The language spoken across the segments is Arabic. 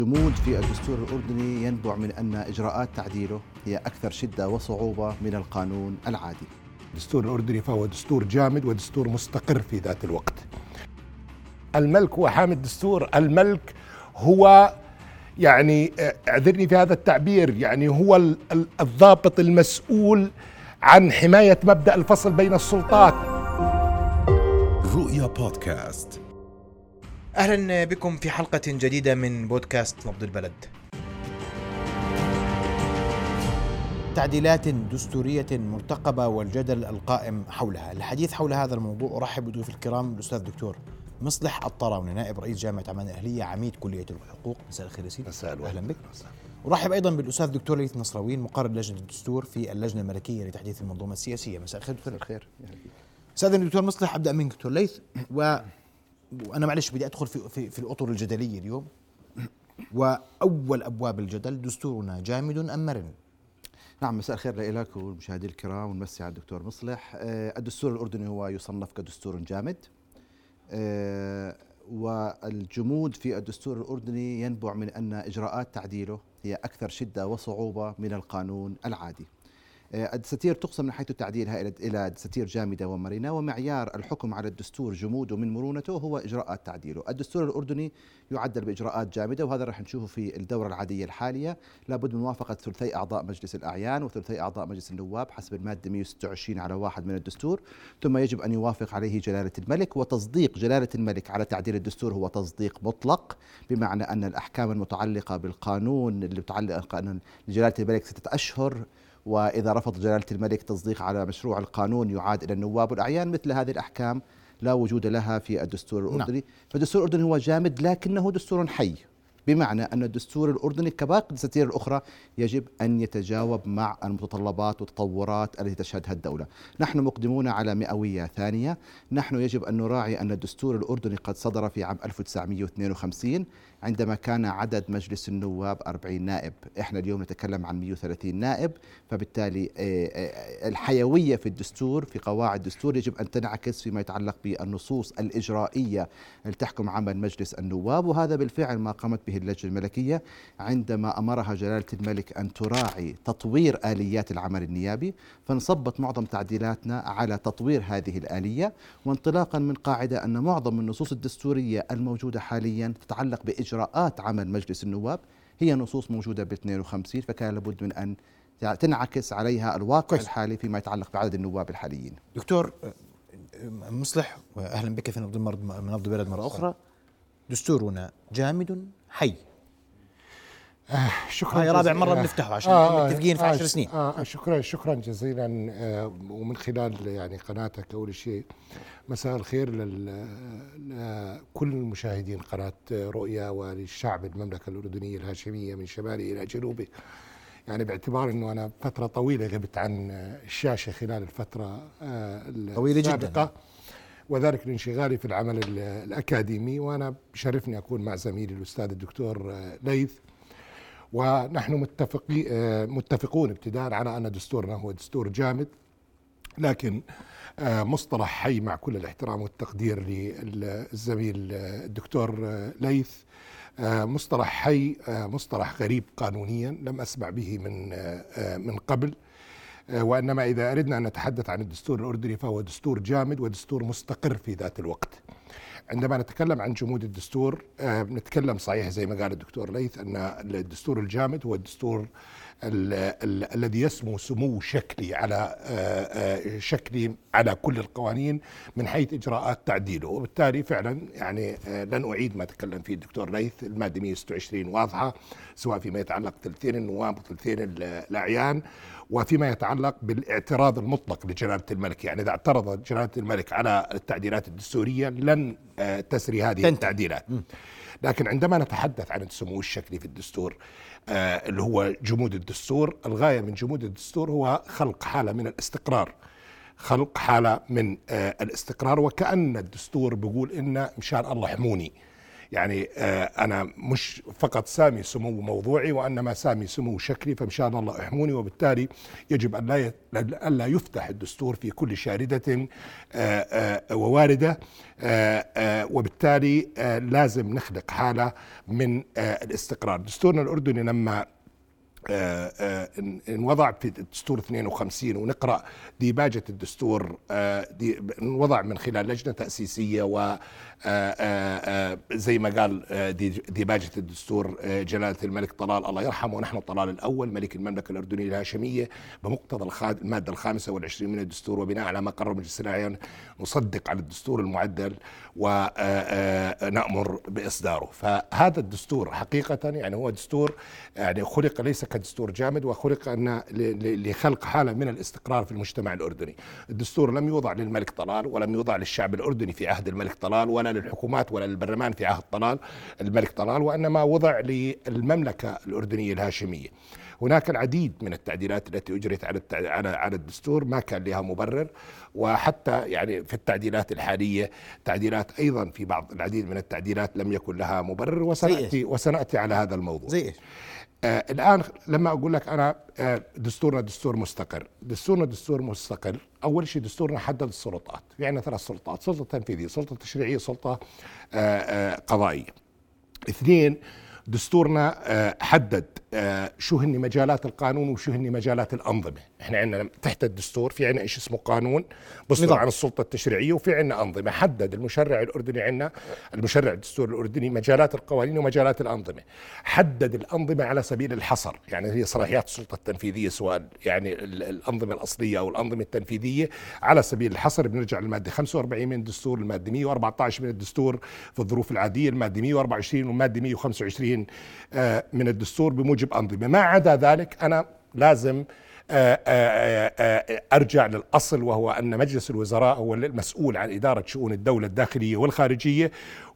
جمود في الدستور الأردني ينبع من أن إجراءات تعديله هي أكثر شدة وصعوبة من القانون العادي. الدستور الأردني فهو دستور جامد ودستور مستقر في ذات الوقت. الملك هو حامي الدستور، الملك هو اعذرني في هذا التعبير، هو الضابط المسؤول عن حماية مبدأ الفصل بين السلطات. رؤيا بودكاست. أهلا بكم في حلقة جديدة من بودكاست نبض البلد. تعديلات دستورية مرتقبة والجدل القائم حولها. الحديث حول هذا الموضوع أرحب بضيوف الكرام الأستاذ دكتور مصلح الطراوني، نائب رئيس جامعة عمان الأهلية، عميد كلية الحقوق. مساء الخير يا سيدي. أهلا بك. أرحب أيضا بالأستاذ دكتور ليث نصراوين، مقرر لجنة الدستور في اللجنة الملكية لتحديث المنظومة السياسية. مساء الخير دكتور. الخير. أستاذ الدكتور مصلح، أبدأ منك دكتور ليث، وأنا معلش بدي أدخل في الأطر الجدلية اليوم. وأول أبواب الجدل: دستورنا جامد أم مرن؟ نعم، مساء الخير لك والمشاهدين الكرام، ونمسي على الدكتور مصلح. الدستور الأردني هو يصنف كدستور جامد، والجمود في الدستور الأردني ينبع من أن إجراءات تعديله هي أكثر شدة وصعوبة من القانون العادي. الدساتير تقسم من حيث تعديلها إلى دساتير جامدة ومرنة، ومعيار الحكم على الدستور جموده من مرونته هو إجراءات تعديله. الدستور الأردني يعدل بإجراءات جامدة، وهذا رح نشوفه في الدورة العادية الحالية. لابد من موافقة ثلثي أعضاء مجلس الأعيان وثلثي أعضاء مجلس النواب حسب المادة 126 على 1 من الدستور، ثم يجب أن يوافق عليه جلالة الملك. وتصديق جلالة الملك على تعديل الدستور هو تصديق مطلق، بمعنى أن الأحكام المتعلقة بالقانون اللي متعلقة أن جلالة الملك 6 أشهر، وإذا رفض جلالة الملك تصديق على مشروع القانون يعاد إلى النواب والأعيان. مثل هذه الأحكام لا وجود لها في الدستور الأردني. فالدستور الأردني هو جامد لكنه دستور حي، بمعنى أن الدستور الأردني كباقي الدساتير الأخرى يجب أن يتجاوب مع المتطلبات والتطورات التي تشهدها الدولة. نحن مقدمون على مئوية ثانية. نحن يجب أن نراعي أن الدستور الأردني قد صدر في عام 1952 عندما كان عدد مجلس النواب 40 نائب. إحنا اليوم نتكلم عن 130 نائب، فبالتالي الحيوية في الدستور، في قواعد الدستور، يجب أن تنعكس فيما يتعلق بالنصوص الإجرائية التي تحكم عمل مجلس النواب. وهذا بالفعل ما قامت به اللجنة الملكية عندما أمرها جلالة الملك أن تراعي تطوير آليات العمل النيابي، فانصبت معظم تعديلاتنا على تطوير هذه الآلية، وانطلاقا من قاعدة أن معظم النصوص الدستورية الموجودة حاليا تتعلق بإجراءات عمل مجلس النواب هي نصوص موجودة ب52، فكان لابد من أن تنعكس عليها الواقع الحالي فيما يتعلق بعدد النواب الحاليين. دكتور مصلح، وأهلا بك في نبض البلد مرة أخرى. دستورنا جامد حي. شكرا. هاي رابع مرة بنفتحه عشان متفقين في 10 سنين. شكرا جزيلا. ومن خلال قناتك أول شيء مساء الخير لكل المشاهدين قناة رؤيا وللشعب المملكة الأردنية الهاشمية من شماله إلى جنوبه. باعتبار أنه أنا فترة طويلة غبت عن الشاشة خلال الفترة السابقة، وذلك لانشغالي في العمل الأكاديمي، وأنا بشرفني أكون مع زميلي الأستاذ الدكتور ليث، ونحن متفقون ابتداء على أن دستورنا هو دستور جامد، لكن مصطلح حي مع كل الاحترام والتقدير للزميل الدكتور ليث. مصطلح حي مصطلح غريب قانونيا لم أسمع به من قبل، وإنما إذا أردنا أن نتحدث عن الدستور الأردني فهو دستور جامد ودستور مستقر في ذات الوقت. عندما نتكلم عن جمود الدستور نتكلم صحيح زي ما قال الدكتور ليث أن الدستور الجامد هو الدستور الذي يسمو سمو شكلي على كل القوانين من حيث إجراءات تعديله، وبالتالي فعلا لن أعيد ما تكلم فيه الدكتور ليث. المادة 126 واضحة، سواء فيما يتعلق ثلثين النواب وثلثين الأعيان، وفيما يتعلق بالاعتراض المطلق لجلالة الملك. إذا اعترض جلالة الملك على التعديلات الدستورية لن تسري هذه التعديلات. لكن عندما نتحدث عن السمو الشكلي في الدستور اللي هو جمود الدستور، الغاية من جمود الدستور هو خلق حالة من الاستقرار، وكأن الدستور بيقول إن مشان الله حموني. يعني أنا مش فقط سامي سمو موضوعي وإنما سامي سمو شكلي، فمشان الله احموني. وبالتالي يجب أن لا يفتح الدستور في كل شاردة وواردة، وبالتالي لازم نخلق حالة من الاستقرار. دستورنا الأردني لما انوضع في الدستور 52 ونقرأ ديباجة الدستور، انوضع من خلال لجنة تأسيسية، و زي ما قال ديباجة الدستور جلالة الملك طلال الله يرحمه ونحن طلال الأول ملك المملكة الأردنية الهاشمية بمقتضى المادة 25 من الدستور، وبناء على ما قرر مجلس الأعيان نصدق على الدستور المعدل ونأمر بإصداره. فهذا الدستور حقيقة يعني هو دستور يعني خلق ليس كدستور جامد، وخلق أن لخلق حالة من الاستقرار في المجتمع الأردني. الدستور لم يوضع للملك طلال ولم يوضع للشعب الأردني في عهد الملك طلال، ولا للحكومات ولا للبرلمان في عهد الملك طلال، وإنما وضع للمملكة الأردنية الهاشمية. هناك العديد من التعديلات التي أجرت على الدستور ما كان لها مبرر، وحتى يعني في التعديلات الحالية تعديلات أيضا في بعض العديد من التعديلات لم يكن لها مبرر، وسنأتي على هذا الموضوع. زي الآن لما أقول لك أنا دستورنا دستور مستقر، دستورنا دستور مستقر. أول شيء دستورنا حدد السلطات، في عندنا 3 سلطات: سلطة تنفيذية، سلطة تشريعية، سلطة قضائية. 2 دستورنا حدد شو هن مجالات القانون وشو هن مجالات الأنظمة. احنا عندنا تحت الدستور في عندنا شيء اسمه قانون بصدر عن السلطة التشريعية، وفي عندنا أنظمة. حدد المشرع الأردني عندنا المشرع الدستور الأردني مجالات القوانين ومجالات الأنظمة. حدد الأنظمة على سبيل الحصر، يعني هي صلاحيات السلطة التنفيذية سواء يعني الأنظمة الأصلية أو الأنظمة التنفيذية على سبيل الحصر. بنرجع للمادة 45 من الدستور، المادة 114 من الدستور في الظروف العادية، المادة 124 والمادة 125 من الدستور بموجب أنظمة. ما عدا ذلك أنا لازم أرجع للأصل، وهو أن مجلس الوزراء هو المسؤول عن إدارة شؤون الدولة الداخلية والخارجية،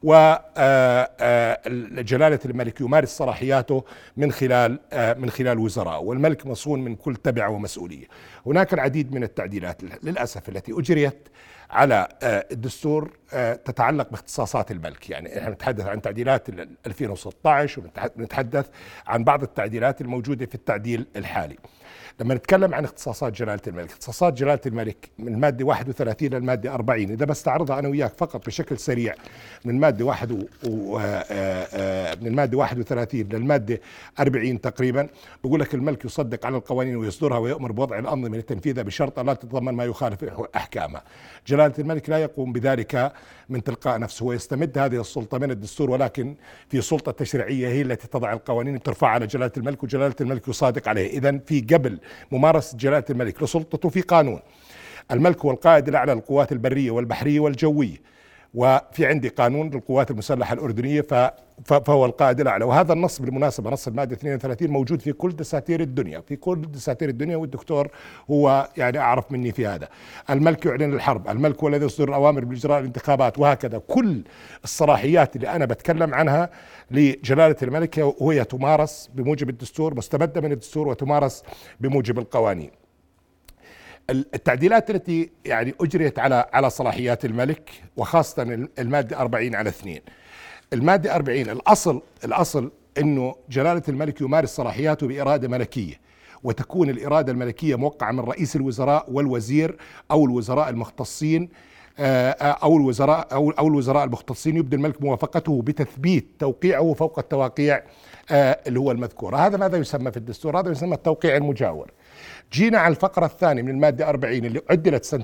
وجلالة الملك يمارس صلاحياته من خلال وزراء، والملك مصون من كل تبع ومسؤولية. هناك العديد من التعديلات للأسف التي أجريت على الدستور تتعلق باختصاصات الملك. يعني احنا نتحدث عن تعديلات 2016 ونتحدث عن بعض التعديلات الموجودة في التعديل الحالي. لما نتكلم عن اختصاصات جلالة الملك، اختصاصات جلالة الملك من المادة 31 للمادة 40، إذا بستعرضها أنا وياك فقط بشكل سريع. من المادة 31 للمادة 40 تقريبا بقول لك الملك يصدق على القوانين ويصدرها ويؤمر بوضع الأنظمة لتنفيذها بشرط لا تتضمن ما يخالف أحكامها. جلالة الملك لا يقوم بذلك من تلقاء نفسه، ويستمد هذه السلطة من الدستور، ولكن في سلطة تشريعية هي التي تضع القوانين بترفعها على جلالة الملك، وجلالة الملك يصادق عليه. إذن في قبل ممارسة جلالة الملك لسلطته في قانون. الملك هو القائد الأعلى للقوات البرية والبحرية والجوية، وفي عندي قانون للقوات المسلحة الأردنية فهو القائد الأعلى. وهذا النص بالمناسبة نص المادة 32 موجود في كل دساتير الدنيا، في كل دساتير الدنيا، والدكتور هو يعني أعرف مني في هذا. الملك يعلن الحرب، الملك هو الذي يصدر الأوامر بإجراء الانتخابات، وهكذا. كل الصلاحيات اللي أنا بتكلم عنها لجلالة الملك وهي تمارس بموجب الدستور، مستمدة من الدستور وتمارس بموجب القوانين. التعديلات التي يعني أجريت على صلاحيات الملك، وخاصة المادة 40 على 2. المادة 40 الأصل أنه جلالة الملك يمارس صلاحياته بإرادة ملكية، وتكون الإرادة الملكية موقعة من رئيس الوزراء والوزير أو الوزراء المختصين أو الوزراء المختصين، يبدي الملك موافقته بتثبيت توقيعه فوق التواقيع اللي هو المذكور. هذا ماذا يسمى في الدستور؟ هذا يسمى التوقيع المجاور. جينا على الفقرة الثانية من المادة 40 اللي عدلت سنة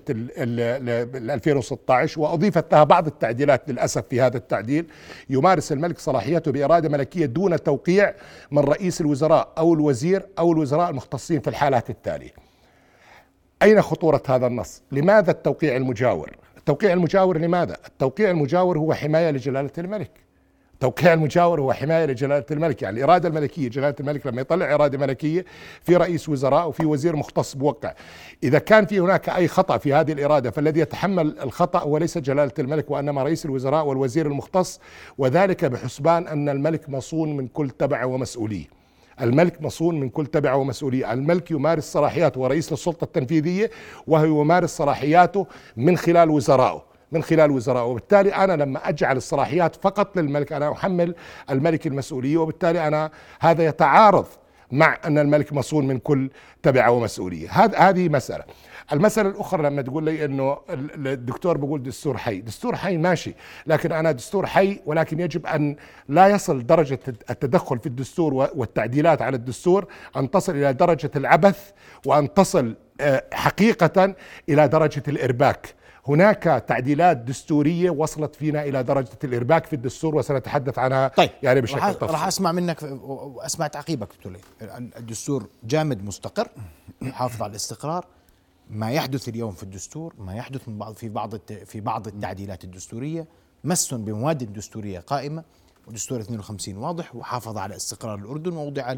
2016 وأضيفت لها بعض التعديلات للأسف. في هذا التعديل يمارس الملك صلاحيته بإرادة ملكية دون توقيع من رئيس الوزراء أو الوزير أو الوزراء المختصين في الحالات التالية. أين خطورة هذا النص؟ لماذا التوقيع المجاور؟ التوقيع المجاور لماذا؟ التوقيع المجاور هو حماية لجلالة الملك. توقيع المجاور هو حماية لجلالة الملك، يعني الإرادة الملكية. جلالة الملك لما يطلع إرادة ملكية في رئيس وزراء وفي وزير مختص بوقع، إذا كان في هناك أي خطأ في هذه الإرادة فالذي يتحمل الخطأ هو ليس جلالة الملك وإنما رئيس الوزراء والوزير المختص، وذلك بحسبان أن الملك مصون من كل تبع ومسؤولية. الملك مصون من كل تبع ومسؤولية. الملك يمارس صلاحياته ورئيس للسلطة التنفيذية، وهو يمارس صلاحياته من خلال وزرائه، من خلال وزراء، وبالتالي أنا لما أجعل الصلاحيات فقط للملك أنا أحمل الملك المسؤولية، وبالتالي أنا هذا يتعارض مع أن الملك مصون من كل تبعة ومسؤولية. هذه مسألة. المسألة الأخرى لما تقول لي أنه الدكتور بيقول دستور حي، دستور حي ماشي، لكن أنا دستور حي ولكن يجب أن لا يصل درجة التدخل في الدستور والتعديلات على الدستور أن تصل إلى درجة العبث، وأن تصل حقيقة إلى درجة الإرباك. هناك تعديلات دستورية وصلت فينا إلى درجة الإرباك في الدستور، وسنتحدث عنها طيب يعني بشكل تفصيلي. راح أسمع منك وأسمع تعقيبك. بتقول الدستور جامد مستقر يحافظ على الاستقرار. ما يحدث اليوم في الدستور، ما يحدث من في بعض التعديلات الدستورية مس بمواد دستورية قائمة، ودستور 52 واضح وحافظ على استقرار الأردن ووضع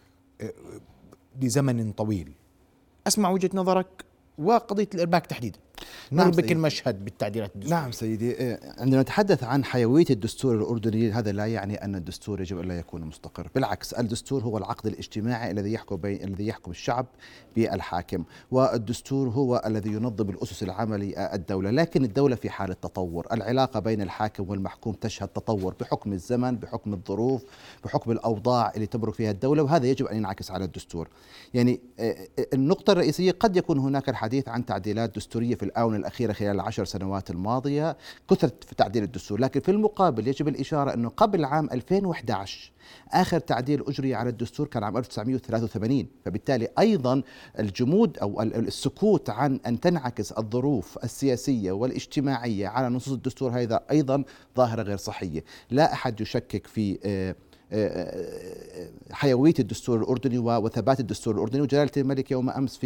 لزمن طويل. أسمع وجهة نظرك وقضية الإرباك تحديدا. نربك المشهد بالتعديلات الدستورية. نعم سيدي، عندما نتحدث عن حيوية الدستور الأردني هذا لا يعني أن الدستور يجب أن لا يكون مستقر، بالعكس الدستور هو العقد الاجتماعي الذي يحكم الشعب بالحاكم، والدستور هو الذي ينظم الأسس العملية الدولة، لكن الدولة في حالة تطور. العلاقة بين الحاكم والمحكوم تشهد تطور بحكم الزمن، بحكم الظروف، بحكم الأوضاع اللي تمر فيها الدولة، وهذا يجب أن ينعكس على الدستور. يعني النقطة الرئيسية قد يكون هناك الحديث عن تعديلات دستورية في الآونة الأخيرة خلال ال10 سنوات الماضية، كثرت في تعديل الدستور، لكن في المقابل يجب الإشارة أنه قبل عام 2011 آخر تعديل أجري على الدستور كان عام 1983، فبالتالي أيضا الجمود أو السكوت عن أن تنعكس الظروف السياسية والاجتماعية على نصوص الدستور هذا أيضا ظاهرة غير صحية. لا أحد يشكك في حيوية الدستور الأردني وثبات الدستور الأردني، وجلالة الملك يوم أمس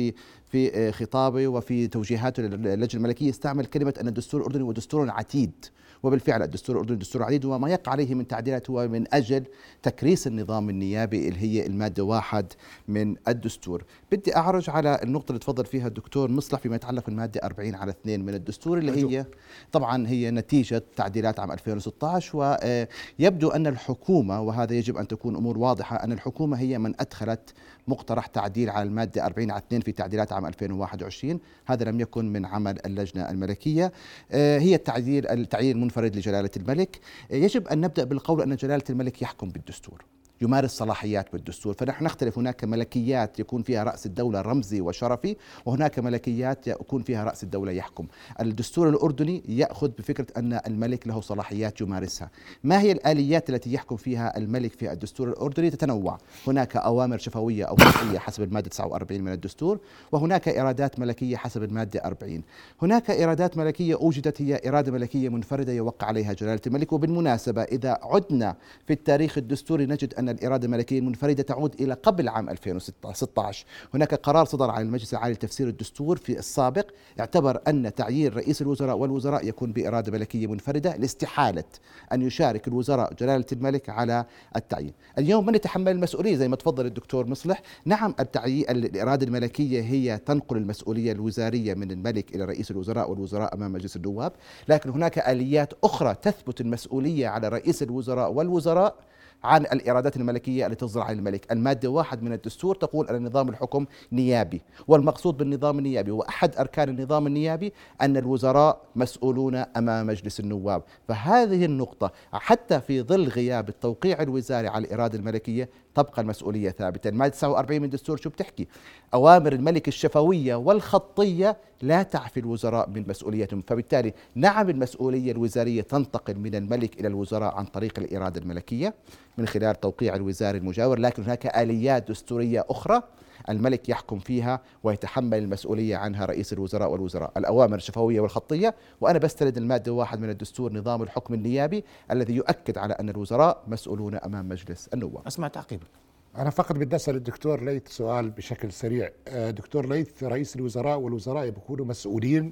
في خطابه وفي توجيهاته للجنة الملكية استعمل كلمة أن الدستور الأردني هو دستور عتيد، وبالفعل الدستور الأردني دستور عتيد، وما يقع عليه من تعديلات هو من أجل تكريس النظام النيابي اللي هي المادة 1 من الدستور. بدي أعرج على النقطة اللي تفضل فيها الدكتور مصلح فيما يتعلق بالمادة 40/2 من الدستور، اللي هي طبعا هي نتيجة تعديلات عام 2016، ويبدو أن الحكومة، وهذا يجب أن تكون أمور واضحة، أن الحكومة هي من أدخلت مقترح تعديل على المادة 40/2 في تعديلات عام 2021. هذا لم يكن من عمل اللجنة الملكية، هي التعديل المنفرد لجلالة الملك. يجب أن نبدأ بالقول أن جلالة الملك يحكم بالدستور، يمارس صلاحيات بالدستور، فنحن نختلف. هناك ملكيات يكون فيها رأس الدولة رمزي وشرفي، وهناك ملكيات يكون فيها رأس الدولة يحكم. الدستور الأردني يأخذ بفكرة أن الملك له صلاحيات يمارسها. ما هي الآليات التي يحكم فيها الملك في الدستور الأردني؟ تتنوع، هناك أوامر شفوية أو قطعية حسب المادة 49 من الدستور، وهناك إرادات ملكية حسب المادة 40. هناك إرادات ملكية أوجدت هي إرادة ملكية منفردة يوقع عليها جلالة الملك، وبالمناسبة إذا عدنا في التاريخ الدستوري نجد أن الإرادة الملكية المنفردة تعود إلى قبل عام 2016. هناك قرار صدر عن المجلس العالي لتفسير الدستور في السابق اعتبر أن تعيين رئيس الوزراء والوزراء يكون بإرادة ملكية منفردة لاستحالة أن يشارك الوزراء جلالة الملك على التعيين. اليوم من يتحمل المسؤولية زي ما تفضل الدكتور مصلح؟ نعم، الإرادة الملكية هي تنقل المسؤولية الوزارية من الملك إلى رئيس الوزراء والوزراء أمام مجلس النواب، لكن هناك آليات أخرى تثبت المسؤولية على رئيس الوزراء والوزراء عن الإرادات الملكية التي تصدر عن الملك. المادة 1 من الدستور تقول أن نظام الحكم نيابي، والمقصود بالنظام النيابي وأحد أركان النظام النيابي أن الوزراء مسؤولون أمام مجلس النواب. فهذه النقطة حتى في ظل غياب التوقيع الوزاري على الإرادة الملكية تبقى المسؤولية ثابتة. المادة 49 من الدستور شو بتحكي؟ أوامر الملك الشفوية والخطية لا تعفي الوزراء من مسؤوليتهم، فبالتالي نعم المسؤولية الوزارية تنتقل من الملك إلى الوزراء عن طريق الإرادة الملكية من خلال توقيع الوزاري المجاور، لكن هناك آليات دستورية أخرى الملك يحكم فيها ويتحمل المسؤولية عنها رئيس الوزراء والوزراء. الأوامر الشفوية والخطية، وأنا بستند المادة 1 من الدستور نظام الحكم النيابي الذي يؤكد على أن الوزراء مسؤولون أمام مجلس النواب. أسمع تعقيبك. أنا فقط بدي أسأل الدكتور ليث سؤال بشكل سريع. دكتور ليث، رئيس الوزراء والوزراء بيكونوا مسؤولين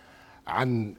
عن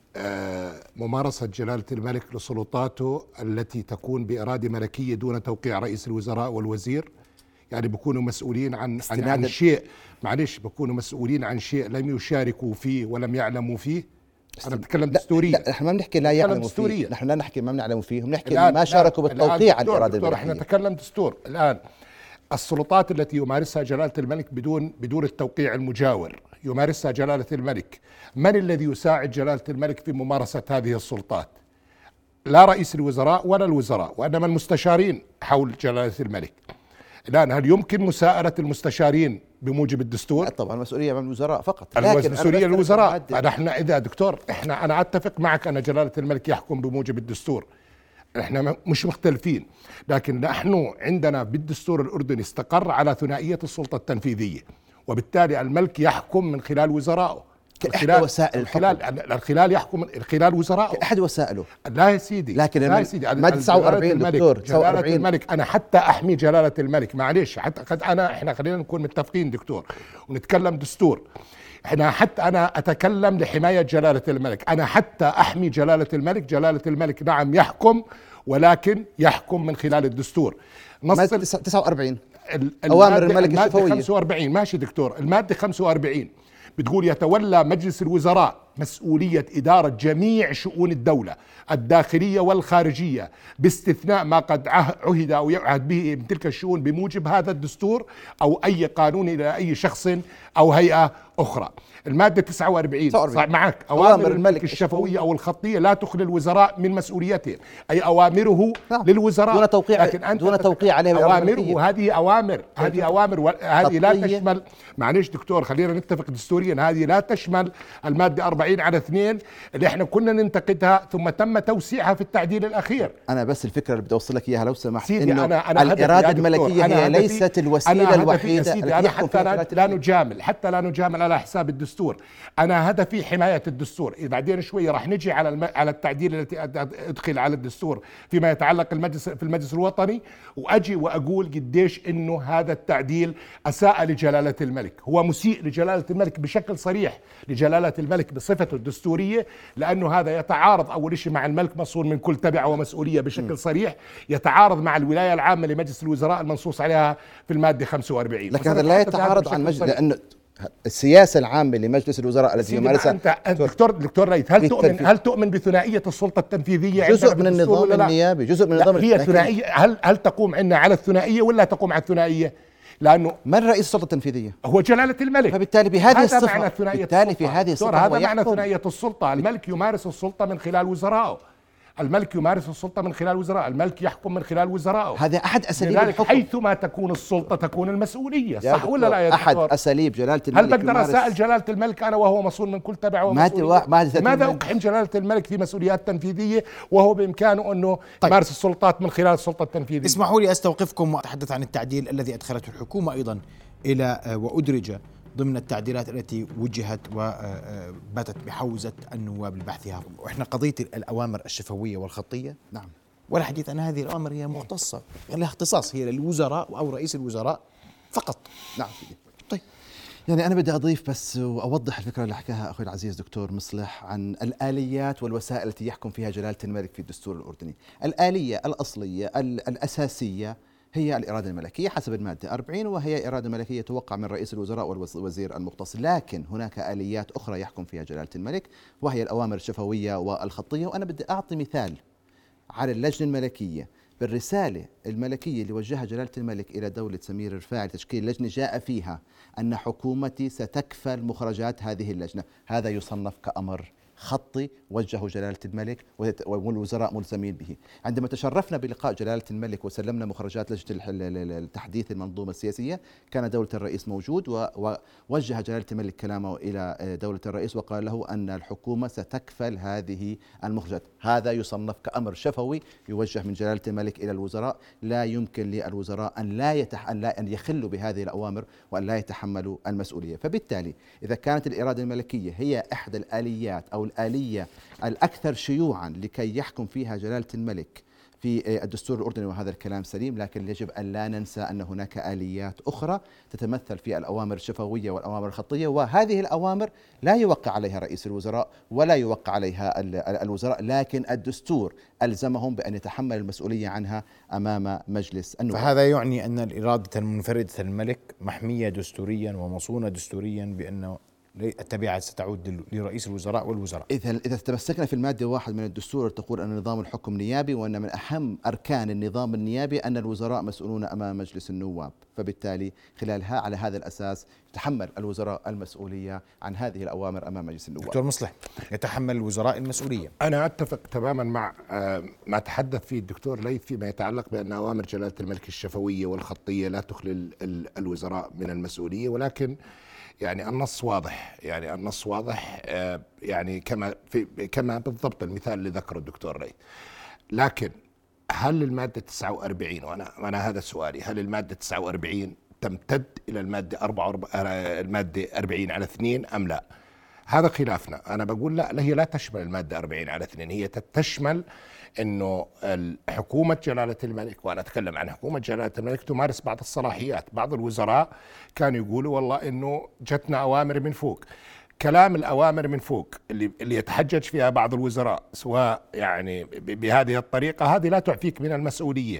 ممارسة جلالة الملك لسلطاته التي تكون بإرادة ملكية دون توقيع رئيس الوزراء والوزير؟ يعني بيكونوا مسؤولين عن شيء، معلش، بيكونوا مسؤولين عن شيء لم يشاركوا فيه ولم يعلموا فيه. أنا بتكلم دستوريا. لا، نحن ما بنحكي لا يعلموا فيه، نحن لا نحكي ما بنعلموا فيه، بنحكي ما شاركوا بالتوقيع على الإرادة الملكية. نحن نتكلم دستور الآن. السلطات التي يمارسها جلالة الملك بدون التوقيع المجاور، يمارسها جلالة الملك، من الذي يساعد جلالة الملك في ممارسة هذه السلطات؟ لا رئيس الوزراء ولا الوزراء، وإنما المستشارين حول جلالة الملك. الآن هل يمكن مساءلة المستشارين بموجب الدستور؟ طبعا المسؤولية من الوزراء فقط، المسؤولية للوزراء. فنحن إذا دكتور أنا أتفق معك أن جلالة الملك يحكم بموجب الدستور، احنا مش مختلفين، لكن نحن عندنا بالدستور الأردني استقر على ثنائية السلطة التنفيذية، وبالتالي الملك يحكم من خلال وزرائه، كأحد وسائل الخلال يحكم من خلال وزرائه، كأحد وسائله. لا يا سيدي، لكن لا يا سيدي، ما 49 دكتور، جلالة الملك أنا حتى أحمي جلالة الملك، معلش حتى احنا خلينا نكون متفقين دكتور ونتكلم دستور. حتى أنا أتكلم لحماية جلالة الملك، أنا حتى أحمي جلالة الملك. جلالة الملك نعم يحكم، ولكن يحكم من خلال الدستور. نص 49 أوامر الملك الشفوية. 45 ماشي دكتور، المادة 45 بتقول يتولى مجلس الوزراء مسؤولية إدارة جميع شؤون الدولة الداخلية والخارجية باستثناء ما قد عهد أو يعهد به من تلك الشؤون بموجب هذا الدستور أو أي قانون إلى أي شخص أو هيئة أخرى. المادة 49 صح معك، أوامر الملك الشفوية أو الخطية لا تخلي الوزراء من مسؤوليتهم، أي أوامره للوزراء دون توقيع، دون توقيع عليها. أوامره هذه أوامر، هذه أوامر، هذه لا تشمل، معلش دكتور خلينا نتفق دستوريا، هذه لا تشمل المادة 40 على 2 اللي احنا كنا ننتقدها ثم تم توسيعها في التعديل الأخير. أنا بس الفكرة اللي بدي أوصل لك إياها لو سمحت، إنه أنا الإرادة الملكية هي ليست الوسيلة الوحيدة التي حتى لا نجامل، حتى لا نجامل على حساب الدستور. أنا هدفي حماية الدستور. بعدين شوية راح نجي على التعديل التي أدخل على الدستور فيما يتعلق في المجلس الوطني، وأجي وأقول قديش إنه هذا التعديل أساء لجلالة الملك، هو مسيء لجلالة الملك بشكل صريح، لجلالة الملك بصفته الدستورية، لأنه هذا يتعارض أول شيء مع الملك مصون من كل تبع ومسؤولية بشكل صريح، يتعارض مع الولاية العامة لمجلس الوزراء المنصوص عليها في المادة 45. لكن هذا لا يتعارض عن مجلس، لأنه السياسة العامة لمجلس الوزراء التي يمارسها. دكتور ريت، هل تؤمن بثنائية السلطة التنفيذية؟ جزء من النظام النيابي، جزء من النظام. هي ثنائية، هل تقوم عندنا على الثنائية ولا تقوم على الثنائية؟ لأنه من رئيس السلطة التنفيذية؟ هو جلالة الملك. فبالتالي بهذه الصفة، بالتالي في هذه الصفة هذا معنى ثنائية السلطة. الملك يمارس السلطة من خلال وزرائه، الملك يمارس السلطة من خلال وزراء، الملك يحكم من خلال وزرائه. هذا أحد أساليب الحكم. حيثما تكون السلطة تكون المسؤولية، صح ولا لا يا دكتور؟ أحد أساليب جلالة الملك. هل بقدر أسائل جلالة الملك أنا وهو مصون من كل تبع ومسؤولية؟ ماذا أقحم جلالة الملك في مسؤوليات تنفيذية وهو بإمكانه أنه يمارس السلطات من خلال السلطة التنفيذية؟ اسمحوا لي أستوقفكم وأتحدث عن التعديل الذي أدخلته الحكومة أيضا إلى وأدرج ضمن التعديلات التي وجهت وباتت بحوزة النواب لبحثها. وإحنا قضية الأوامر الشفوية والخطية، نعم، ولا حديث أن هذه الأوامر هي مختصة، لها اختصاص، هي للوزراء أو رئيس الوزراء فقط. نعم. طيب، يعني أنا بدي أضيف بس وأوضح الفكرة اللي حكاها أخوي العزيز دكتور مصلح عن الآليات والوسائل التي يحكم فيها جلالة الملك في الدستور الأردني. الآلية الأصلية الأساسية هي الإرادة الملكية حسب المادة 40، وهي إرادة ملكية توقع من رئيس الوزراء والوزير المختص. لكن هناك آليات أخرى يحكم فيها جلالة الملك، وهي الأوامر الشفوية والخطية. وأنا بدي أعطي مثال على اللجنة الملكية بالرسالة الملكية اللي وجهها جلالة الملك إلى دولة سمير الرفاعي لتشكيل لجنة، جاء فيها أن حكومتي ستكفل مخرجات هذه اللجنة. هذا يصنف كأمر خطي وجهه جلالة الملك والوزراء ملزمين به. عندما تشرفنا بلقاء جلالة الملك وسلمنا مخرجات لجنة تحديث المنظومة السياسية، كان دولة الرئيس موجود، ووجه جلالة الملك كلامه إلى دولة الرئيس وقال له أن الحكومة ستكفل هذه المخرجات. هذا يصنف كأمر شفوي يوجه من جلالة الملك إلى الوزراء. لا يمكن للوزراء أن يخلوا بهذه الأوامر وأن لا يتحملوا المسؤولية. فبالتالي إذا كانت الإرادة الملكية هي إحدى الآليات أو الآلية الأكثر شيوعا لكي يحكم فيها جلالة الملك في الدستور الأردني، وهذا الكلام سليم، لكن يجب أن لا ننسى أن هناك آليات أخرى تتمثل في الأوامر الشفوية والأوامر الخطية، وهذه الأوامر لا يوقع عليها رئيس الوزراء ولا يوقع عليها الوزراء، لكن الدستور ألزمهم بأن يتحمل المسؤولية عنها أمام مجلس النواب. فهذا يعني أن الإرادة المنفردة الملك محمية دستوريا ومصونة دستوريا بأنه التبعات ستعود لرئيس الوزراء والوزراء. إذا تمسكنا في المادة 1 من الدستور تقول أن نظام الحكم نيابي، وأن من أهم أركان النظام النيابي أن الوزراء مسؤولون أمام مجلس النواب، فبالتالي خلالها على هذا الأساس يتحمل الوزراء المسؤولية عن هذه الأوامر أمام مجلس النواب. دكتور مصلح، يتحمل الوزراء المسؤولية. أنا أتفق تماما مع ما تحدث فيه الدكتور ليث فيما يتعلق بأن أوامر جلالة الملك الشفوية والخطية لا تخلي الوزراء من المسؤولية، ولكن يعني النص واضح، يعني النص واضح، يعني كما بالضبط المثال اللي ذكره الدكتور ليث. لكن هل المادة 49، وأنا هذا سؤالي، هل المادة 49 تمتد إلى المادة 40/2 أم لا؟ هذا خلافنا. أنا بقول لا، هي لا تشمل المادة 40/2، هي تشمل أنه حكومة جلالة الملك، وأنا أتكلم عن حكومة جلالة الملك، تمارس بعض الصلاحيات. بعض الوزراء كانوا يقولوا والله أنه جتنا أوامر من فوق. كلام الأوامر من فوق اللي يتحجج فيها بعض الوزراء سواء يعني بهذه الطريقة، هذه لا تعفيك من المسؤولية.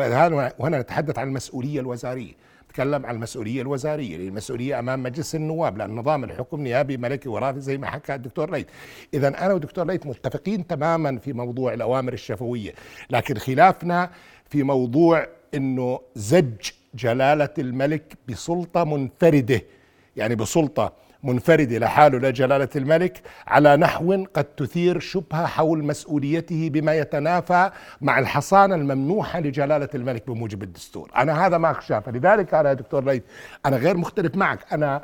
وهنا نتحدث عن المسؤولية الوزارية، نتكلم عن المسؤولية الوزارية، المسؤولية أمام مجلس النواب، لأن نظام الحكم نيابي ملكي وراثي زي ما حكى الدكتور ليث. إذا أنا ودكتور ليث متفقين تماما في موضوع الأوامر الشفوية، لكن خلافنا في موضوع أنه زج جلالة الملك بسلطة منفردة، يعني بسلطة منفردة لحاله لجلالة الملك، على نحو قد تثير شبهة حول مسؤوليته بما يتنافى مع الحصانة الممنوحة لجلالة الملك بموجب الدستور. أنا هذا ما أخشاه. فلذلك أنا يا دكتور ليث أنا غير مختلف معك. أنا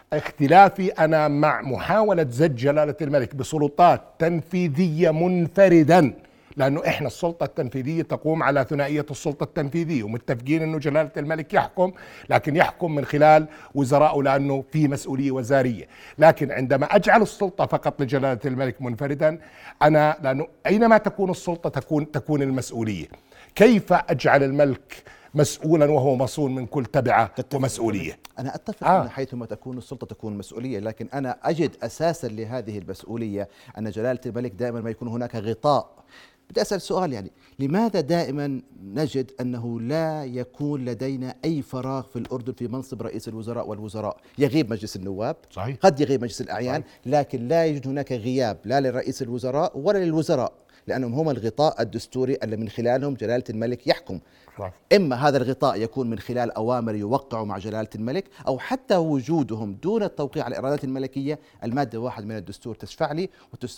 اختلافي مع محاولة زج جلالة الملك بسلطات تنفيذية منفردا، لأنه إحنا السلطة التنفيذية تقوم على ثنائية السلطة التنفيذية، ومتفقين أنه جلالة الملك يحكم، لكن يحكم من خلال وزراء لأنه في مسؤولية وزارية. لكن عندما أجعل السلطة فقط لجلالة الملك منفردا، أنا لأنه أينما تكون السلطة تكون المسؤولية. كيف أجعل الملك مسؤولا وهو مصون من كل تبعة ومسؤولية؟ أنا أتفق أن حيثما تكون السلطة تكون مسؤولية، لكن أنا أجد أساسا لهذه المسؤولية أن جلالة الملك دائما ما يكون هناك غطاء. بدي أسأل سؤال، يعني لماذا دائما نجد أنه لا يكون لدينا أي فراغ في الأردن في منصب رئيس الوزراء والوزراء؟ يغيب مجلس النواب، صحيح، قد يغيب مجلس الأعيان، صحيح، لكن لا يوجد هناك غياب لا لرئيس الوزراء ولا للوزراء، لأنهم هم الغطاء الدستوري اللي من خلالهم جلالة الملك يحكم. إما هذا الغطاء يكون من خلال أوامر يوقعوا مع جلالة الملك، أو حتى وجودهم دون التوقيع على الإرادات الملكية. المادة 1 من الدستور تشفع لي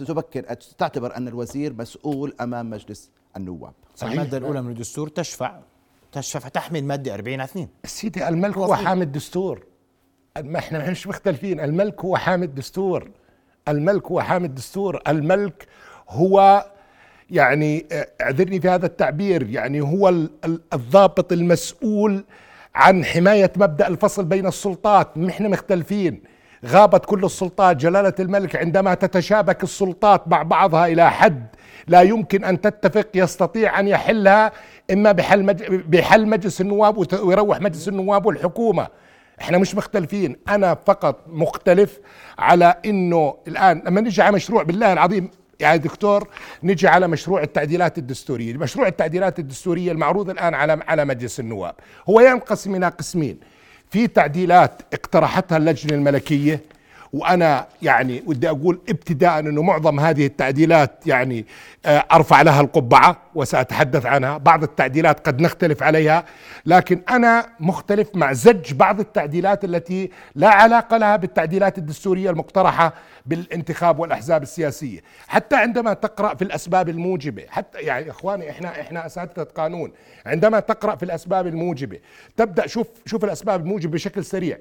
تعتبر أن الوزير مسؤول أمام مجلس النواب. صحيح. المادة الأولى من الدستور تشفع تحمي المادة 40/2. سيدي الملك هو حامي الدستور، ما احنا مش مختلفين. الملك هو حامي الدستور، الملك هو حامي الدستور، الملك هو يعني اعذرني في هذا التعبير، يعني هو الضابط المسؤول عن حماية مبدأ الفصل بين السلطات. نحن مختلفين، غابت كل السلطات. جلالة الملك عندما تتشابك السلطات مع بعضها إلى حد لا يمكن أن تتفق يستطيع أن يحلها إما بحل مجلس النواب ويروح مجلس النواب والحكومة. احنا مش مختلفين. أنا فقط مختلف على إنه الآن لما نجي على مشروع، بالله العظيم يا دكتور، نجي على مشروع التعديلات الدستورية. مشروع التعديلات الدستورية المعروض الآن على مجلس النواب هو ينقسم إلى قسمين. في تعديلات اقترحتها اللجنة الملكية، وأنا يعني ودي أقول ابتداء أنه معظم هذه التعديلات يعني أرفع لها القبعة وسأتحدث عنها. بعض التعديلات قد نختلف عليها، لكن أنا مختلف مع زج بعض التعديلات التي لا علاقة لها بالتعديلات الدستورية المقترحة بالانتخاب والأحزاب السياسية. حتى عندما تقرأ في الأسباب الموجبة، حتى يعني إخواني إحنا أساتذة قانون، عندما تقرأ في الأسباب الموجبة تبدأ شوف الأسباب الموجبة بشكل سريع.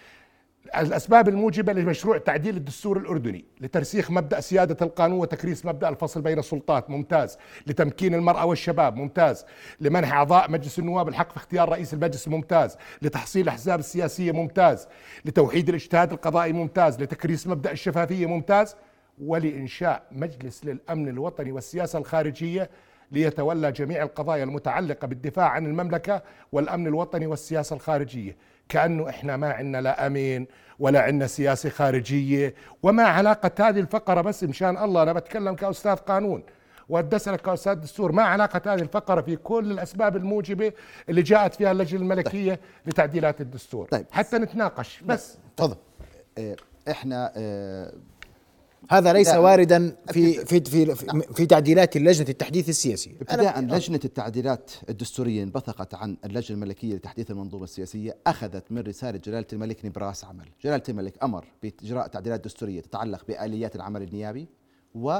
الأسباب الموجبة لمشروع تعديل الدستور الأردني: لترسيخ مبدأ سيادة القانون وتكريس مبدأ الفصل بين السلطات، ممتاز. لتمكين المرأة والشباب، ممتاز. لمنح أعضاء مجلس النواب الحق في اختيار رئيس المجلس، ممتاز. لتحصيل الأحزاب السياسية، ممتاز. لتوحيد الاجتهاد القضائي، ممتاز. لتكريس مبدأ الشفافية، ممتاز. ولإنشاء مجلس للأمن الوطني والسياسة الخارجية ليتولى جميع القضايا المتعلقة بالدفاع عن المملكة والأمن الوطني والسياسة الخارجية. كأنه إحنا ما عندنا لا أمين ولا عندنا سياسة خارجية. وما علاقة هذه الفقرة، بس مشان الله أنا بتكلم كأستاذ قانون وأدسلك كأستاذ دستور، ما علاقة هذه الفقرة في كل الأسباب الموجبة اللي جاءت فيها اللجنة الملكية لتعديلات الدستور؟ طيب. حتى نتناقش بس. تفضل. احنا هذا ليس واردا في تعديلات لجنة التحديث السياسي. ابتداء لجنة التعديلات الدستورية انبثقت عن اللجنة الملكية لتحديث المنظومة السياسية، أخذت من رسالة جلالة الملك نبراس عمل. جلالة الملك أمر بإجراء تعديلات دستورية تتعلق بآليات العمل النيابي و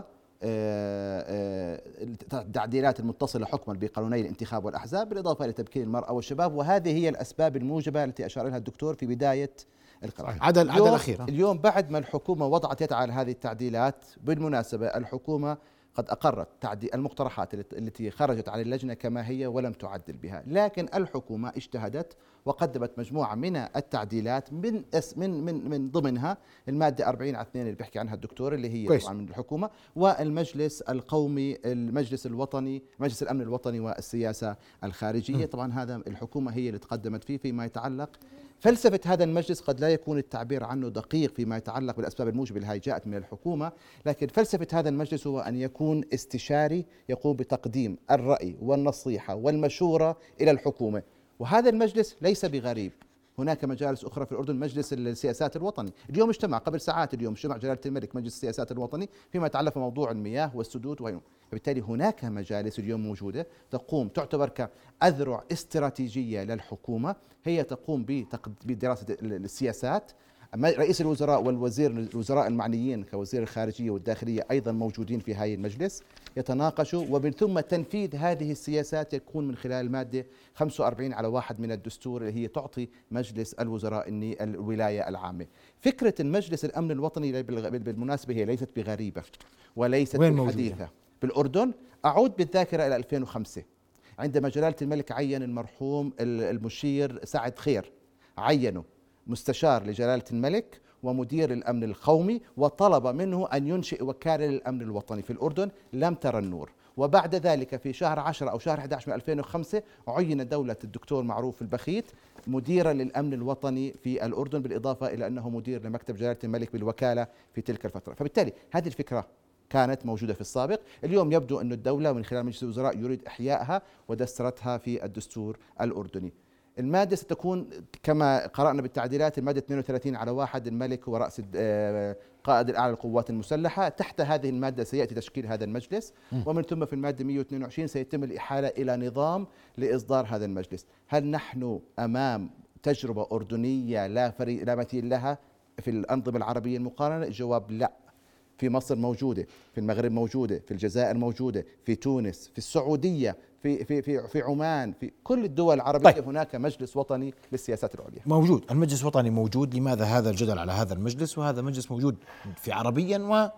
التعديلات المتصلة حكما بقانوني الانتخاب والأحزاب، بالإضافة إلى تمكين المرأة والشباب. وهذه هي الأسباب الموجبة التي أشار لها الدكتور في بداية القرار. عدا الأخيرة اليوم بعد ما الحكومة وضعت يدها على هذه التعديلات، بالمناسبة الحكومة قد أقرت المقترحات التي خرجت عن اللجنة كما هي ولم تعدل بها، لكن الحكومة اجتهدت وقدمت مجموعة من التعديلات من ضمنها المادة 40/2 اللي بيحكي عنها الدكتور، اللي هي طبعا من الحكومة، والمجلس القومي، المجلس الوطني، مجلس الأمن الوطني والسياسة الخارجية. طبعا هذا الحكومة هي اللي تقدمت فيما يتعلق. فلسفة هذا المجلس قد لا يكون التعبير عنه دقيق فيما يتعلق بالأسباب الموجبة اللي هي جاءت من الحكومة، لكن فلسفة هذا المجلس هو أن يكون استشاري يقوم بتقديم الرأي والنصيحة والمشورة إلى الحكومة. وهذا المجلس ليس بغريب، هناك مجالس أخرى في الأردن، مجلس السياسات الوطني اليوم اجتمع قبل ساعات، اليوم اجتمع جلالة الملك مجلس السياسات الوطني فيما يتعلق بموضوع المياه والسدود وغيره. فبالتالي هناك مجالس اليوم موجودة تقوم تعتبر كأذرع استراتيجية للحكومة، هي تقوم بدراسة السياسات. رئيس الوزراء الوزراء المعنيين كوزير الخارجية والداخلية أيضا موجودين في هذا المجلس يتناقشوا، ومن ثم تنفيذ هذه السياسات يكون من خلال المادة 45/1 من الدستور اللي هي تعطي مجلس الوزراء الولاية العامة. فكرة المجلس الأمن الوطني بالمناسبة هي ليست بغريبة وليست بحديثة بالأردن. أعود بالذاكرة إلى 2005 عندما جلالة الملك عين المرحوم المشير سعد خير، عينه مستشار لجلالة الملك ومدير الأمن القومي، وطلب منه أن ينشئ وكالة للأمن الوطني في الأردن، لم ترى النور. وبعد ذلك في شهر 10 أو شهر 11 من 2005 عين دولة الدكتور معروف البخيت مديرا للأمن الوطني في الأردن، بالإضافة إلى أنه مدير لمكتب جلالة الملك بالوكالة في تلك الفترة. فبالتالي هذه الفكرة كانت موجودة في السابق. اليوم يبدو أن الدولة من خلال مجلس الوزراء يريد إحيائها ودسترتها في الدستور الأردني. المادة ستكون كما قرأنا بالتعديلات المادة 32/1، الملك هو رأس قائد الأعلى للقوات المسلحة. تحت هذه المادة سيأتي تشكيل هذا المجلس، ومن ثم في المادة 122 سيتم الإحالة إلى نظام لإصدار هذا المجلس. هل نحن أمام تجربة أردنية لا مثيل لها في الأنظمة العربية المقارنة؟ الجواب لا. في مصر موجودة، في المغرب موجودة، في الجزائر موجودة، في تونس، في السعودية، في عمان، في كل الدول العربية. طيب. هناك مجلس وطني للسياسات العليا موجود، المجلس الوطني موجود. لماذا هذا الجدل على هذا المجلس؟ وهذا مجلس موجود في عربيا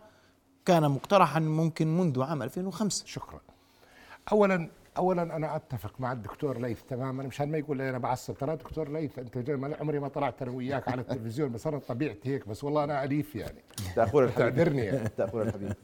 وكان مقترحا ممكن منذ عام 2005. شكرا. اولا انا اتفق مع الدكتور ليث تماما، مشان ما يقول لي انا بعصب. ترى دكتور ليث انت عمري ما طلعت انا وياك على التلفزيون، بس انا طبيعتي هيك، بس والله انا اليف يعني. تعذرني يعني. الحبيب.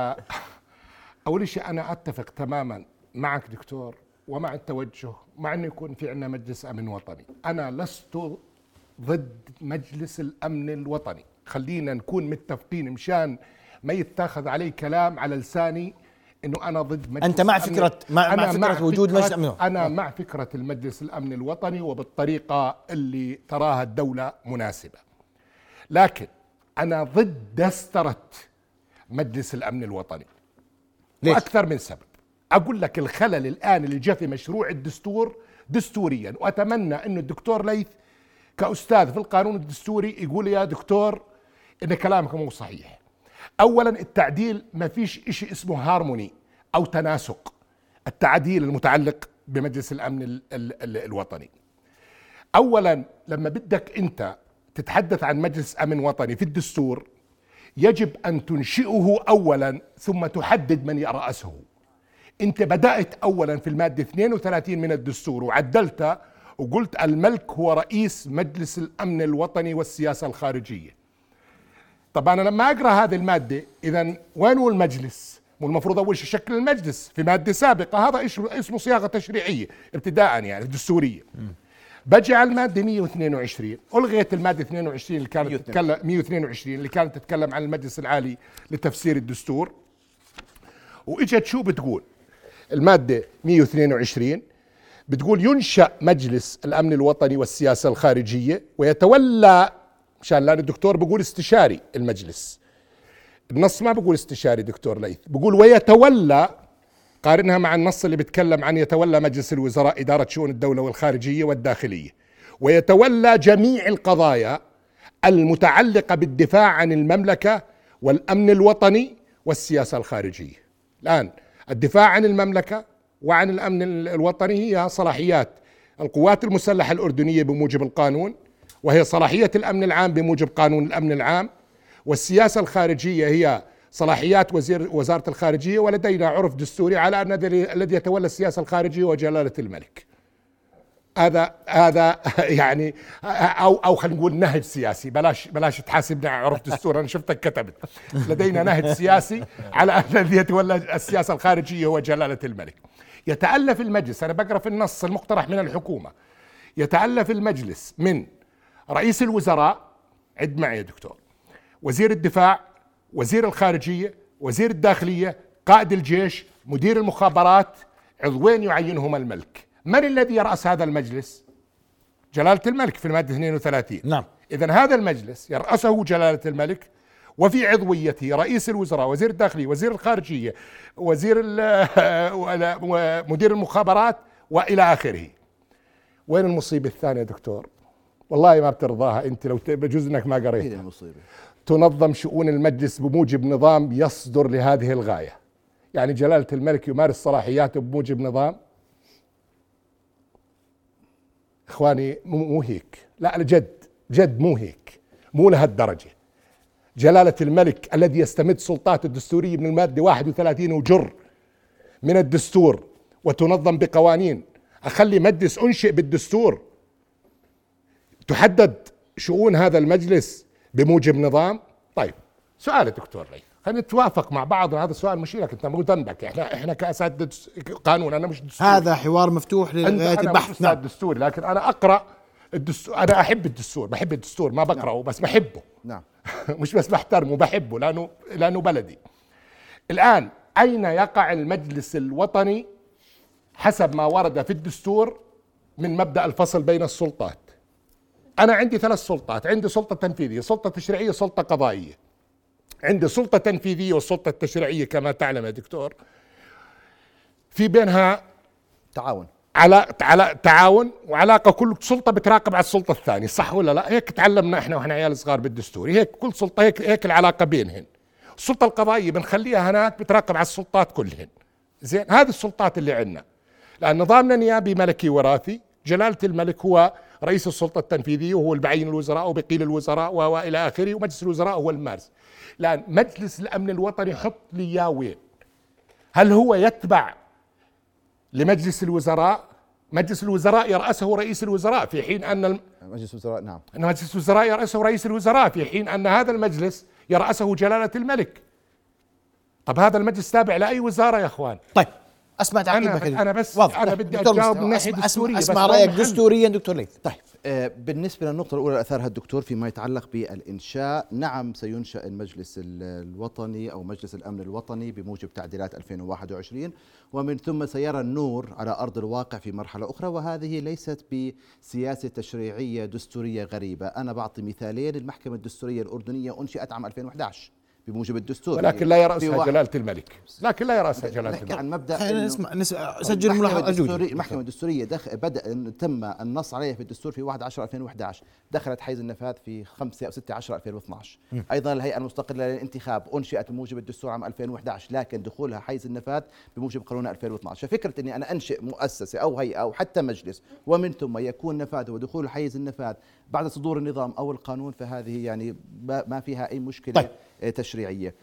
اول شيء انا اتفق تماما معك دكتور ومع التوجه، مع انه يكون في عندنا مجلس امن وطني. انا لست ضد مجلس الامن الوطني، خلينا نكون متفقين مشان ما يتاخذ علي كلام على لساني انه انا ضد مجلس. انت مع فكره مع وجود مجلس امن؟ انا مع فكره المجلس الامن الوطني وبالطريقه اللي تراها الدوله مناسبه، لكن انا ضد دستره مجلس الامن الوطني. ليش؟ واكثر من سبب. اقول لك الخلل الان اللي جاء في مشروع الدستور دستوريا، واتمنى انه الدكتور ليث كاستاذ في القانون الدستوري يقول يا دكتور ان كلامك مو صحيح. اولا التعديل ما فيش شيء اسمه هارموني او تناسق، التعديل المتعلق بمجلس الامن الوطني. اولا لما بدك انت تتحدث عن مجلس امن وطني في الدستور يجب ان تنشئه اولا ثم تحدد من يرأسه. انت بدأت اولا في المادة 32 من الدستور وعدلتها وقلت الملك هو رئيس مجلس الامن الوطني والسياسة الخارجية. طبعا انا لما اقرا هذه المادة اذا وين هو المجلس؟ والمفروض اول شيء شكل المجلس في مادة سابقة، هذا اسمه صياغة تشريعية ابتداء يعني دستورية. بجي على المادة 122 ألغيت المادة 22 اللي كانت تتكلم 122 اللي كانت تتكلم عن المجلس العالي لتفسير الدستور، واجت شو بتقول المادة 122 بتقول ينشأ مجلس الأمن الوطني والسياسة الخارجية ويتولى مشان لأن الدكتور بيقول استشاري المجلس، النص ما بيقول استشاري دكتور ليث، بيقول ويتولى، قارنها مع النص اللي بيتكلم عن يتولى مجلس الوزراء إدارة شؤون الدولة والخارجية والداخلية، ويتولى جميع القضايا المتعلقة بالدفاع عن المملكة والأمن الوطني والسياسة الخارجية. الآن الدفاع عن المملكة وعن الأمن الوطني هي صلاحيات القوات المسلحة الأردنية بموجب القانون، وهي صلاحية الأمن العام بموجب قانون الأمن العام، والسياسة الخارجية هي صلاحيات وزارة الخارجية، ولدينا عرف دستوري على أن الذي يتولى السياسة الخارجية هو جلالة الملك. هذا يعني او خلينا نقول نهج سياسي، بلاش تحاسبنا على عرف دستور، انا شفتك كتبت لدينا نهج سياسي على ان الذي يتولى السياسة الخارجية هو جلالة الملك. يتألف المجلس، انا بقرا في النص المقترح من الحكومة، يتألف المجلس من رئيس الوزراء، عد معي يا دكتور، وزير الدفاع، وزير الخارجية، وزير الداخلية، قائد الجيش، مدير المخابرات، عضوين يعينهما الملك. من الذي يرأس هذا المجلس؟ جلالة الملك في المادة 32. نعم. إذن هذا المجلس يرأسه جلالة الملك، وفي عضويته رئيس الوزراء، وزير الداخلية، وزير الخارجية، وزير مدير المخابرات وإلى آخره. وين المصيبة الثانية دكتور؟ والله ما بترضاها أنت، لو بجوز أنك ما قريتها. تنظم شؤون المجلس بموجب نظام يصدر لهذه الغاية. يعني جلالة الملك يمارس صلاحياته بموجب نظام. إخواني مو هيك، لا جد مو هيك، مو لهالدرجة. جلالة الملك الذي يستمد سلطاته الدستورية من المادة 31 وجر من الدستور وتنظم بقوانين، أخلي مجلس أنشئ بالدستور تحدد شؤون هذا المجلس بموجب نظام. طيب سؤال دكتور ليث، خلينا نتوافق مع بعض، هذا سؤال مش لك انت، مو ذنبك، احنا كاساتذه قانون، انا مش دستور، هذا حوار مفتوح لغايه البحث. نعم دستوري، لكن انا اقرا الدستور، انا احب الدستور، بحب الدستور، ما بقراه نعم. بس بحبه. نعم مش بس بحترمه، بحبه لانه بلدي. الان اين يقع المجلس الوطني حسب ما ورد في الدستور من مبدأ الفصل بين السلطات؟ انا عندي 3 سلطات، عندي سلطه تنفيذيه، سلطه تشريعيه، سلطه قضائيه. عندي سلطة تنفيذية والسلطة التشريعية كما تعلم يا دكتور، في بينها تعاون، على تعاون وعلاقة، كل سلطة بتراقب على السلطة الثانية، صح ولا لا؟ هيك تعلمنا احنا واحنا عيال صغار بالدستور، هيك كل سلطة هيك العلاقة بينهن. السلطة القضائية بنخليها هناك بتراقب على السلطات كلهن. زين، هذه السلطات اللي عندنا، لأن نظامنا نيابي ملكي وراثي. جلالة الملك هو رئيس السلطة التنفيذية، وهو اللي بعين الوزراء وبقيل الوزراء وإلى آخره، ومجلس الوزراء هو المارس. الآن مجلس الأمن الوطني حط لي إياه وين؟ هل هو يتبع لمجلس الوزراء؟ مجلس الوزراء يرأسه رئيس الوزراء، في حين أن مجلس الوزراء نعم، أن مجلس الوزراء يرأسه رئيس الوزراء، في حين أن هذا المجلس يرأسه جلالة الملك. طب هذا المجلس تابع لأي وزارة يا أخوان؟ طيب اسمع تعقيبك. أنا بدي أجاوب من الناحية الدستورية، اسمع رأيك دستوريا دكتور ليث. طيب بالنسبة للنقطة الأولى أثارها الدكتور فيما يتعلق بالإنشاء، نعم سينشأ المجلس الوطني أو مجلس الأمن الوطني بموجب تعديلات 2021، ومن ثم سيرى النور على أرض الواقع في مرحلة أخرى، وهذه ليست بسياسة تشريعية دستورية غريبة. أنا بعطي مثالين، المحكمة الدستورية الأردنية أنشئت عام 2011 بموجب الدستور، ولكن لا يرأسها جلالة الملك، لكن لا يرأسها جلالة الملك. عن مبدأ سجل ملاحظة. المحكمة الدستورية بدأ تم النص عليها في الدستور في 1/10/2011، دخلت حيز النفاذ في 5 أو 6/10/2012. أيضا الهيئة المستقلة للانتخاب أنشئت بموجب الدستور عام 2011، لكن دخولها حيز النفاذ بموجب قانون 2012. ففكرة أني أنا أنشئ مؤسسة أو هيئة أو حتى مجلس ومن ثم يكون نفاذه ودخول حيز النفاذ بعد صدور النظام أو القانون، فهذه يعني ما فيها أي مشكلة. طيب. تشريعية.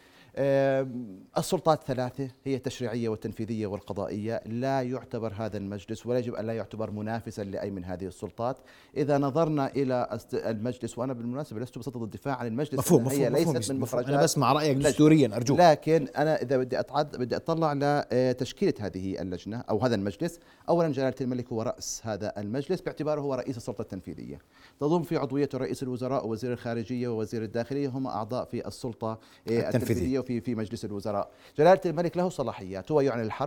السلطات 3 هي التشريعية والتنفيذية والقضائية. لا يعتبر هذا المجلس ولا يجب أن لا يعتبر منافسا لأي من هذه السلطات. إذا نظرنا إلى المجلس، وأنا بالمناسبة لست بصدد الدفاع عن المجلس، مفهوم هي ليست من مخرجات، أنا بسمع رأيك دستوريا أرجوك. لكن أنا إذا بدي أطلع لتشكيلة هذه اللجنة أو هذا المجلس، أولا جلالة الملك هو رأس هذا المجلس باعتباره هو رئيس السلطة التنفيذية، تضم في عضويته رئيس الوزراء ووزير الخارجية ووزير الداخلية، هم أعضاء في السلطة التنفيذية في مجلس الوزراء. جلالة الملك له صلاحيات، هو يعلن الحرب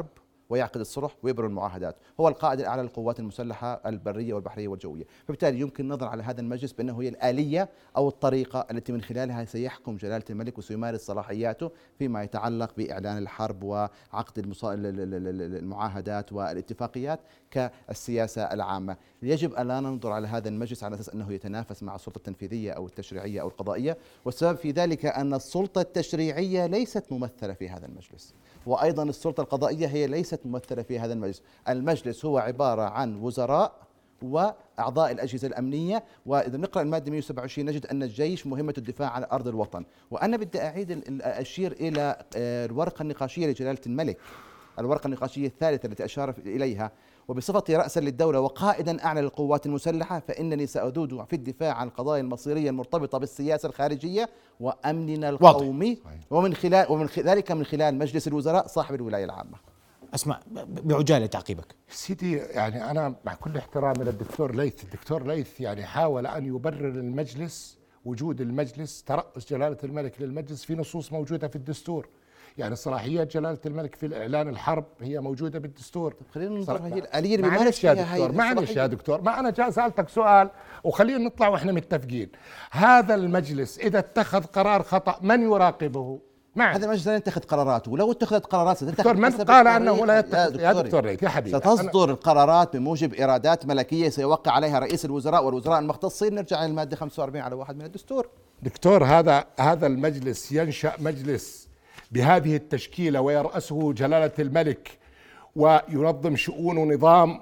ويعقد الصلح ويبرم المعاهدات، هو القائد الأعلى للقوات المسلحة البرية والبحرية والجوية، فبالتالي يمكن النظر على هذا المجلس بأنه هي الآلية أو الطريقة التي من خلالها سيحكم جلالة الملك وسيمارس صلاحياته فيما يتعلق بإعلان الحرب وعقد المعاهدات والاتفاقيات كالسياسة العامة. يجب أن لا ننظر على هذا المجلس على أساس أنه يتنافس مع السلطة التنفيذية أو التشريعية أو القضائية، والسبب في ذلك أن السلطة التشريعية ليست ممثلة في هذا المجلس، وأيضا السلطة القضائية هي ليست ممثلة في هذا المجلس. المجلس هو عبارة عن وزراء وأعضاء الأجهزة الأمنية، وإذا نقرأ المادة 127 نجد أن الجيش مهمة الدفاع عن أرض الوطن. وأنا بدي أشير إلى الورقة النقاشية لجلالة الملك، الورقة النقاشية الثالثة التي أشار إليها: وبصفتي رأسا للدولة وقائدا أعلى للقوات المسلحة فإنني سأذود في الدفاع عن القضايا المصيرية المرتبطة بالسياسة الخارجية وأمننا القومي، ومن خلال مجلس الوزراء صاحب الولاية العامة. أسمع بعجالة تعقيبك سيدي. يعني أنا مع كل احترامي للدكتور ليث، الدكتور ليث يعني حاول أن يبرر المجلس، وجود المجلس، ترأس جلالة الملك للمجلس في نصوص موجودة في الدستور. يعني صلاحيات جلالة الملك في الإعلان الحرب هي موجودة بالدستور. خلينا ننظر هي الآلية اللي معلش يا دكتور، معلش يا دكتور، ما أنا سألتك سؤال وخلينا نطلع وإحنا متفقين. هذا المجلس إذا اتخذ قرار خطأ من يراقبه؟ هذا المجلس لا يتخذ قراراته، ولو اتخذت قرارات دكتور من قال أنه لا يتخذ؟ يا دكتور يا حبيبي، ستصدر القرارات بموجب إيرادات ملكية سيوقع عليها رئيس الوزراء والوزراء المختصين. نرجع للمادة 45 على 1 من الدستور. دكتور هذا المجلس ينشأ مجلس بهذه التشكيلة ويرأسه جلالة الملك وينظم شؤونه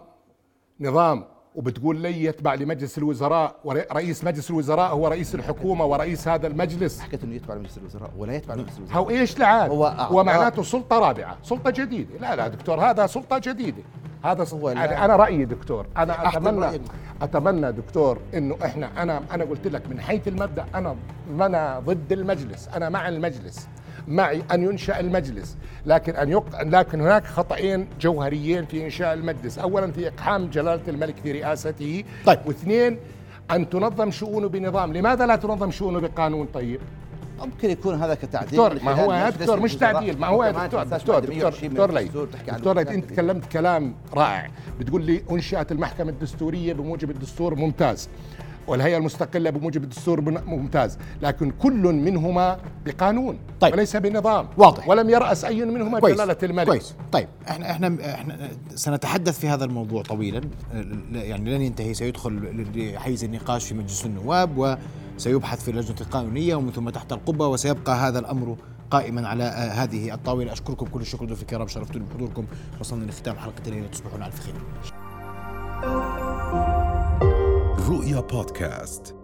نظام وبتقول لي يتبع لمجلس الوزراء، ورئيس مجلس الوزراء هو رئيس الحكومة ورئيس هذا المجلس. حكيت انه يتبع لمجلس الوزراء ولا يتبع لمجلس الوزراء؟ هو ايش لعاد؟ هو معناته سلطة رابعة، سلطة جديدة. لا دكتور، هذا سلطة جديدة. هذا أنا رأيي دكتور، أنا أتمنى دكتور إنه أنا قلت لك من حيث المبدأ أنا ضد المجلس، أنا مع المجلس، معي أن ينشأ المجلس، لكن هناك خطأين جوهريين في إنشاء المجلس. أولا في إقحام جلالة الملك في رئاسته. طيب. واثنين أن تنظم شؤونه بنظام. لماذا لا تنظم شؤونه بقانون؟ طيب ممكن يكون هذا كتعديل دكتور. ما هو يا دكتور مش تعديل، ما هو يا دكتور ليث انت تكلمت كلام رائع، بتقول لي انشئت المحكمة الدستورية بموجب الدستور، ممتاز، والهيئة المستقلة بموجب الدستور، ممتاز، لكن كل منهما بقانون. طيب. وليس بنظام واضح. ولم يرأس أي منهما جلالة الملك. كويس. طيب احنا سنتحدث في هذا الموضوع طويلا، يعني لن ينتهي، سيدخل لحيز النقاش في مجلس النواب وسيبحث في اللجنة القانونية ومن ثم تحت القبة، وسيبقى هذا الأمر قائما على هذه الطاولة. أشكركم كل الشكر ضيوفي الكرام، شرفتوني بحضوركم. وصلنا لختام حلقة الليلة، تصبحون على خير. رؤيا بودكاست.